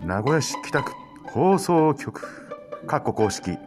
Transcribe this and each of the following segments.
名古屋市北区放送局公式。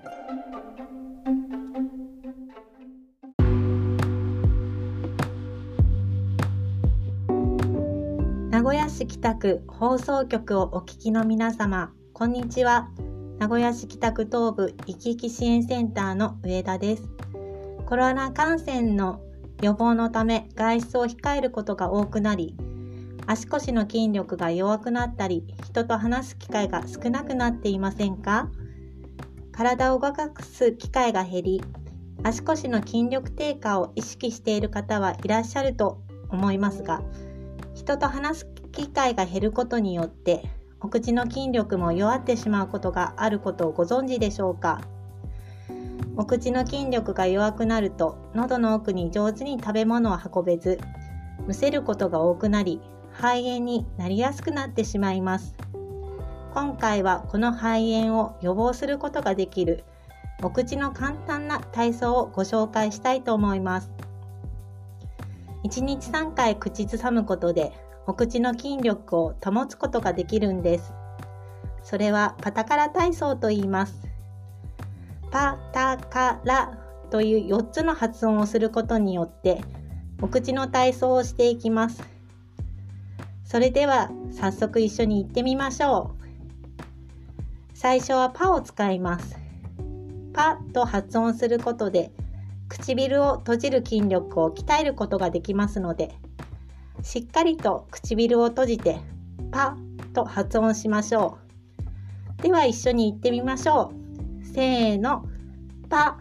名古屋市北区放送局をお聞きの皆様、こんにちは。名古屋市北区東部いきいき支援センターの上田です。コロナ感染の予防のため外出を控えることが多くなり、足腰の筋力が弱くなったり、人と話す機会が少なくなっていませんか？体を動かす機会が減り、足腰の筋力低下を意識している方はいらっしゃると思いますが、人と話す機会が減ることによってお口の筋力も弱ってしまうことがあることをご存知でしょうか？お口の筋力が弱くなると喉の奥に上手に食べ物を運べず、むせることが多くなり、肺炎になりやすくなってしまいます。今回はこの肺炎を予防することができるお口の簡単な体操をご紹介したいと思います。1日3回口ずさむことでお口の筋力を保つことができるんです。それはパタカラ体操と言います。パタカラという4つの発音をすることによってお口の体操をしていきます。それでは早速一緒に行ってみましょう。最初はパを使います。パと発音することで唇を閉じる筋力を鍛えることができますので、しっかりと唇を閉じてパと発音しましょう。では一緒に言ってみましょう。せーの、パ。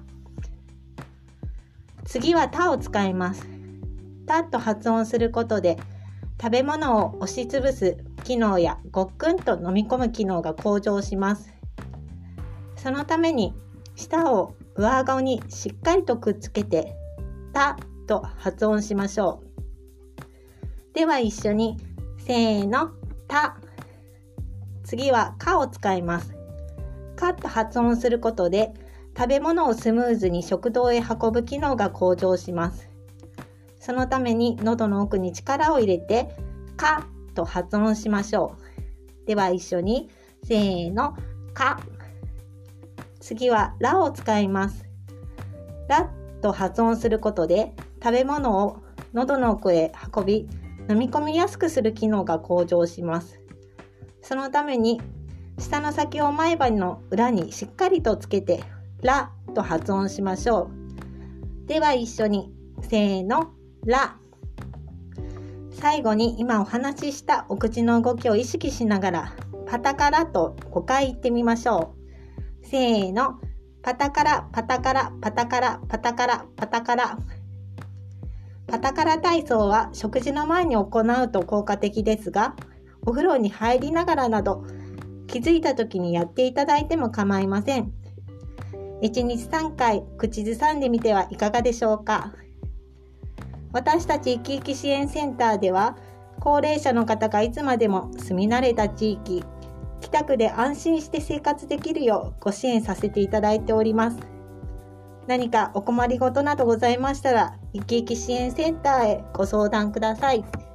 次はタを使います。タと発音することで食べ物を押しつぶす機能やごっくんと飲み込む機能が向上します。そのために舌を上顎にしっかりとくっつけてタと発音しましょう。では一緒にせーの、タ。次はカを使います。カと発音することで食べ物をスムーズに食道へ運ぶ機能が向上します。そのために喉の奥に力を入れてカと発音しましょう。では一緒にせーの、カ。次はラを使います。ラと発音することで食べ物を喉の奥へ運び飲み込みやすくする機能が向上します。そのために舌の先を前歯の裏にしっかりとつけてラと発音しましょう。では一緒にせーの、ラ。最後に今お話ししたお口の動きを意識しながらパタカラと5回言ってみましょう。せーの、パタカラパタカラパタカラパタカラパタカラ。パタカラ体操は食事の前に行うと効果的ですが、お風呂に入りながらなど気づいた時にやっていただいても構いません。1日3回口ずさんでみてはいかがでしょうか。私たちいきいき支援センターでは高齢者の方がいつまでも住み慣れた地域北区で安心して生活できるようご支援させていただいております。何かお困りごとなどございましたらいきいき支援センターへご相談ください。